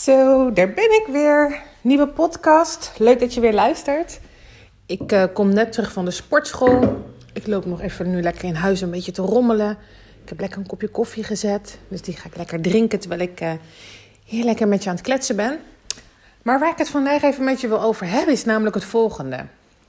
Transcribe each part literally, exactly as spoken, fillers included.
Zo, daar ben ik weer. Nieuwe podcast. Leuk dat je weer luistert. Ik uh, kom net terug van de sportschool. Ik loop nog even nu lekker in huis een beetje te rommelen. Ik heb lekker een kopje koffie gezet. Dus die ga ik lekker drinken terwijl ik uh, hier lekker met je aan het kletsen ben. Maar waar ik het vandaag even met je wil over hebben is namelijk het volgende.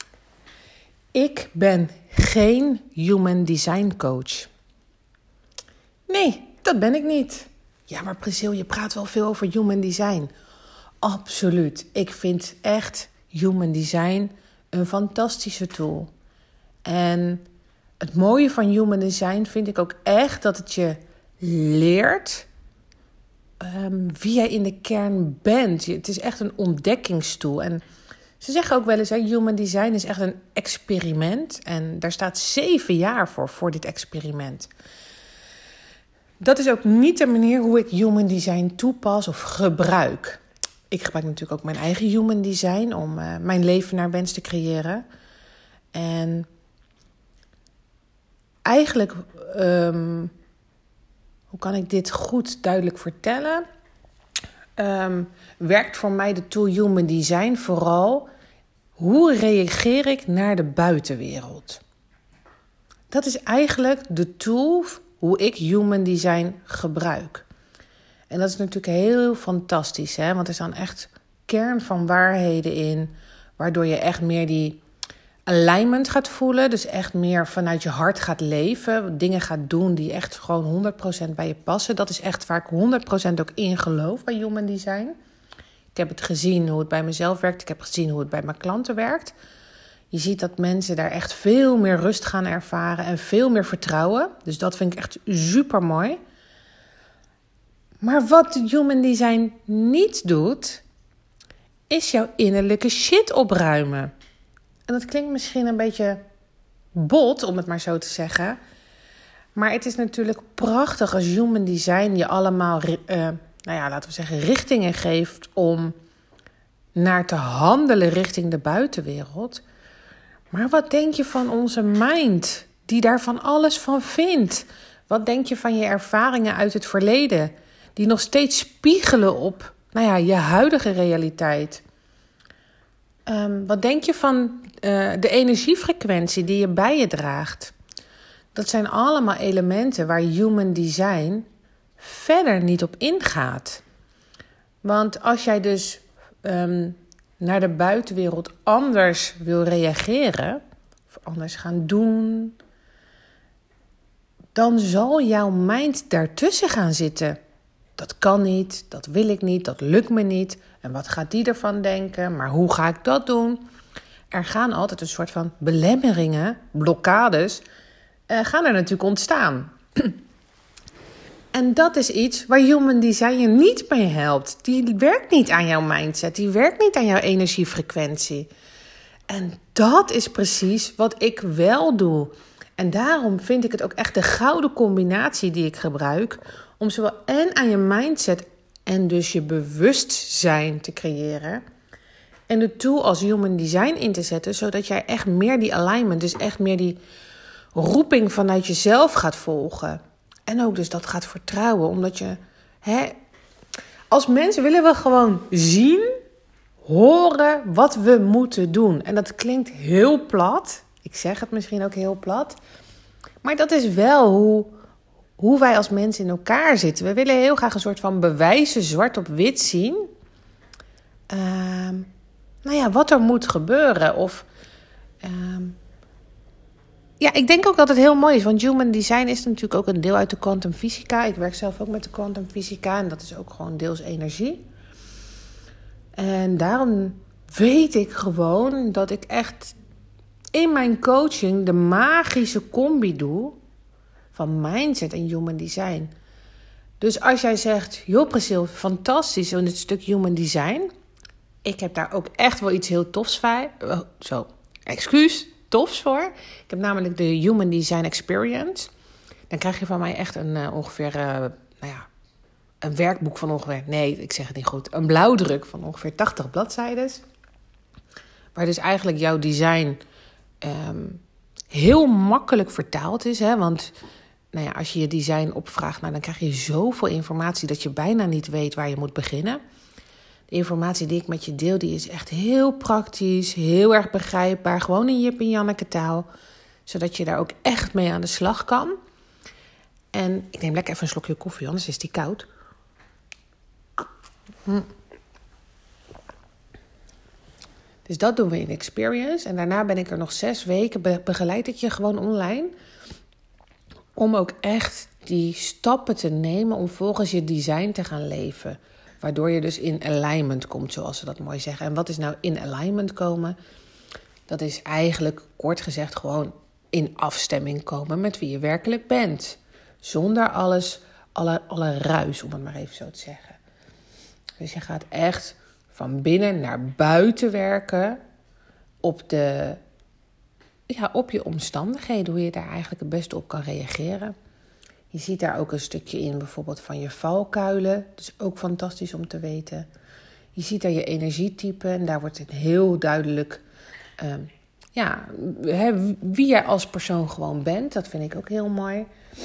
Ik ben geen human design coach. Nee, dat ben ik niet. Ja, maar Priscilla, je praat wel veel over human design. Absoluut. Ik vind echt human design een fantastische tool. En het mooie van human design vind ik ook echt dat het je leert um, wie jij in de kern bent. Het is echt een ontdekkingstool. En ze zeggen ook wel eens, hè, human design is echt een experiment. En daar staat zeven jaar voor, voor dit experiment. Dat is ook niet de manier hoe ik human design toepas of gebruik. Ik gebruik natuurlijk ook mijn eigen human design om uh, mijn leven naar wens te creëren. En eigenlijk, um, hoe kan ik dit goed duidelijk vertellen? Um, werkt voor mij de tool human design vooral, hoe reageer ik naar de buitenwereld? Dat is eigenlijk de tool hoe ik human design gebruik. En dat is natuurlijk heel fantastisch, hè? Want er staan echt kern van waarheden in, waardoor je echt meer die alignment gaat voelen. Dus echt meer vanuit je hart gaat leven, dingen gaat doen die echt gewoon honderd procent bij je passen. Dat is echt waar ik honderd procent ook in geloof bij human design. Ik heb het gezien hoe het bij mezelf werkt. Ik heb gezien hoe het bij mijn klanten werkt. Je ziet dat mensen daar echt veel meer rust gaan ervaren en veel meer vertrouwen. Dus dat vind ik echt super mooi. Maar wat human design niet doet, is jouw innerlijke shit opruimen. En dat klinkt misschien een beetje bot, om het maar zo te zeggen. Maar het is natuurlijk prachtig als human design je allemaal, uh, nou ja, laten we zeggen, richtingen geeft om naar te handelen richting de buitenwereld. Maar wat denk je van onze mind, die daar van alles van vindt? Wat denk je van je ervaringen uit het verleden, die nog steeds spiegelen op, nou ja, je huidige realiteit? Um, wat denk je van uh, de energiefrequentie die je bij je draagt? Dat zijn allemaal elementen waar human design verder niet op ingaat. Want als jij dus um, naar de buitenwereld anders wil reageren, of anders gaan doen, dan zal jouw mind daartussen gaan zitten. Dat kan niet, dat wil ik niet, dat lukt me niet. En wat gaat die ervan denken? Maar hoe ga ik dat doen? Er gaan altijd een soort van belemmeringen, blokkades, uh, gaan er natuurlijk ontstaan. En dat is iets waar human design je niet mee helpt. Die werkt niet aan jouw mindset, die werkt niet aan jouw energiefrequentie. En dat is precies wat ik wel doe. En daarom vind ik het ook echt de gouden combinatie die ik gebruik, om zowel en aan je mindset en dus je bewustzijn te creëren, en de tool als human design in te zetten, zodat jij echt meer die alignment, dus echt meer die roeping vanuit jezelf gaat volgen. En ook dus dat gaat vertrouwen, omdat je, hè, als mensen willen we gewoon zien, horen wat we moeten doen. En dat klinkt heel plat. Ik zeg het misschien ook heel plat. Maar dat is wel hoe, hoe wij als mensen in elkaar zitten. We willen heel graag een soort van bewijzen, zwart op wit zien. Uh, nou ja, wat er moet gebeuren. Of Uh, Ja, ik denk ook dat het heel mooi is, want human design is natuurlijk ook een deel uit de kwantumfysica. Ik werk zelf ook met de kwantumfysica en dat is ook gewoon deels energie. En daarom weet ik gewoon dat ik echt in mijn coaching de magische combi doe van mindset en human design. Dus als jij zegt, joh Priscilla, fantastisch in het stuk human design. Ik heb daar ook echt wel iets heel tofs bij. Oh, zo, excuus. tofs voor. Ik heb namelijk de Human Design Experience. Dan krijg je van mij echt een uh, ongeveer, uh, nou ja, een werkboek van ongeveer, nee, ik zeg het niet goed, een blauwdruk van ongeveer tachtig bladzijden. Waar dus eigenlijk jouw design um, heel makkelijk vertaald is. Hè? Want nou ja, als je je design opvraagt, nou, dan krijg je zoveel informatie dat je bijna niet weet waar je moet beginnen. De informatie die ik met je deel, die is echt heel praktisch, heel erg begrijpbaar. Gewoon in Jip en Janneke taal. Zodat je daar ook echt mee aan de slag kan. En ik neem lekker even een slokje koffie, anders is die koud. Hm. Dus dat doen we in Experience. En daarna ben ik er nog zes weken, be- begeleid ik je gewoon online. Om ook echt die stappen te nemen om volgens je design te gaan leven. Waardoor je dus in alignment komt, zoals ze dat mooi zeggen. En wat is nou in alignment komen? Dat is eigenlijk, kort gezegd, gewoon in afstemming komen met wie je werkelijk bent. Zonder alles, alle, alle ruis, om het maar even zo te zeggen. Dus je gaat echt van binnen naar buiten werken op, de, ja, op je omstandigheden. Hoe je daar eigenlijk het beste op kan reageren. Je ziet daar ook een stukje in bijvoorbeeld van je valkuilen. Dat is ook fantastisch om te weten. Je ziet daar je energietype en daar wordt het heel duidelijk uh, ja, hè, wie jij als persoon gewoon bent. Dat vind ik ook heel mooi.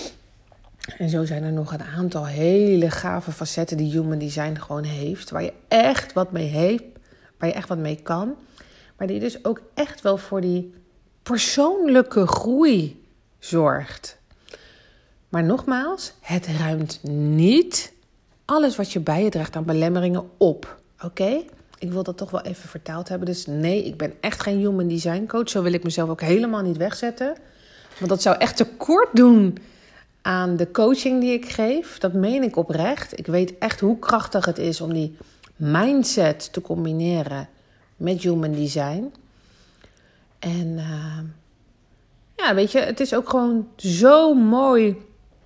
En zo zijn er nog een aantal hele gave facetten die Human Design gewoon heeft. Waar je echt wat mee heeft, waar je echt wat mee kan. Maar die dus ook echt wel voor die persoonlijke groei zorgt. Maar nogmaals, het ruimt niet alles wat je bij je draagt aan belemmeringen op. Oké? Okay? Ik wil dat toch wel even vertaald hebben. Dus nee, ik ben echt geen Human Design coach. Zo wil ik mezelf ook helemaal niet wegzetten. Want dat zou echt tekort doen aan de coaching die ik geef. Dat meen ik oprecht. Ik weet echt hoe krachtig het is om die mindset te combineren met Human Design. En uh, ja, weet je, het is ook gewoon zo mooi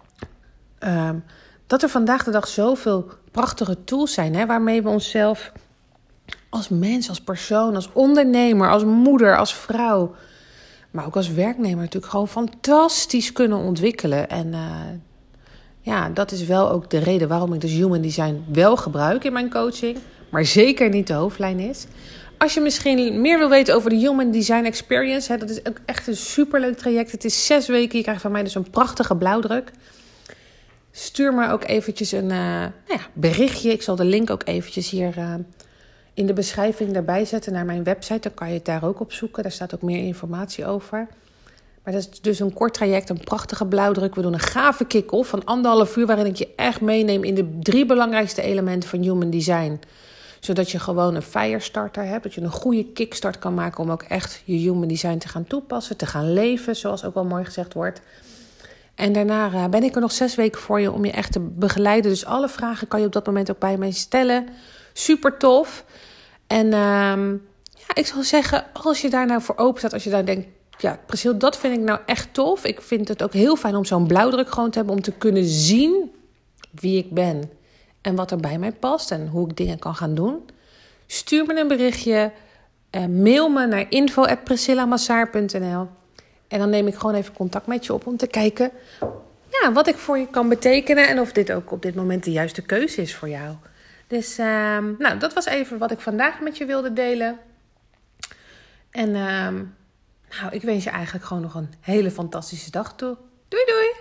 uh, dat er vandaag de dag zoveel prachtige tools zijn, hè, waarmee we onszelf als mens, als persoon, als ondernemer, als moeder, als vrouw, maar ook als werknemer natuurlijk gewoon fantastisch kunnen ontwikkelen. En uh, ja, dat is wel ook de reden waarom ik dus Human Design wel gebruik in mijn coaching, maar zeker niet de hoofdlijn is. Als je misschien meer wil weten over de Human Design Experience, hè, dat is ook echt een superleuk traject. Het is zes weken, je krijgt van mij dus een prachtige blauwdruk. Stuur me ook eventjes een uh, nou ja, berichtje. Ik zal de link ook eventjes hier uh, in de beschrijving erbij zetten naar mijn website. Dan kan je het daar ook op zoeken. Daar staat ook meer informatie over. Maar dat is dus een kort traject, een prachtige blauwdruk. We doen een gave kick-off van anderhalf uur, waarin ik je echt meeneem in de drie belangrijkste elementen van Human Design. Zodat je gewoon een firestarter hebt. Dat je een goede kickstart kan maken om ook echt je Human Design te gaan toepassen. Te gaan leven, zoals ook wel mooi gezegd wordt. En daarna uh, ben ik er nog zes weken voor je om je echt te begeleiden. Dus alle vragen kan je op dat moment ook bij mij stellen. Super tof. En uh, ja, ik zal zeggen, als je daar nou voor open staat, als je daar denkt, ja, Priscille, dat vind ik nou echt tof. Ik vind het ook heel fijn om zo'n blauwdruk gewoon te hebben, om te kunnen zien wie ik ben. En wat er bij mij past en hoe ik dingen kan gaan doen. Stuur me een berichtje. Uh, mail me naar info at priscillamassaar punt n l. En dan neem ik gewoon even contact met je op om te kijken ja, wat ik voor je kan betekenen. En of dit ook op dit moment de juiste keuze is voor jou. Dus uh, nou, dat was even wat ik vandaag met je wilde delen. En uh, nou, ik wens je eigenlijk gewoon nog een hele fantastische dag toe. Doei doei!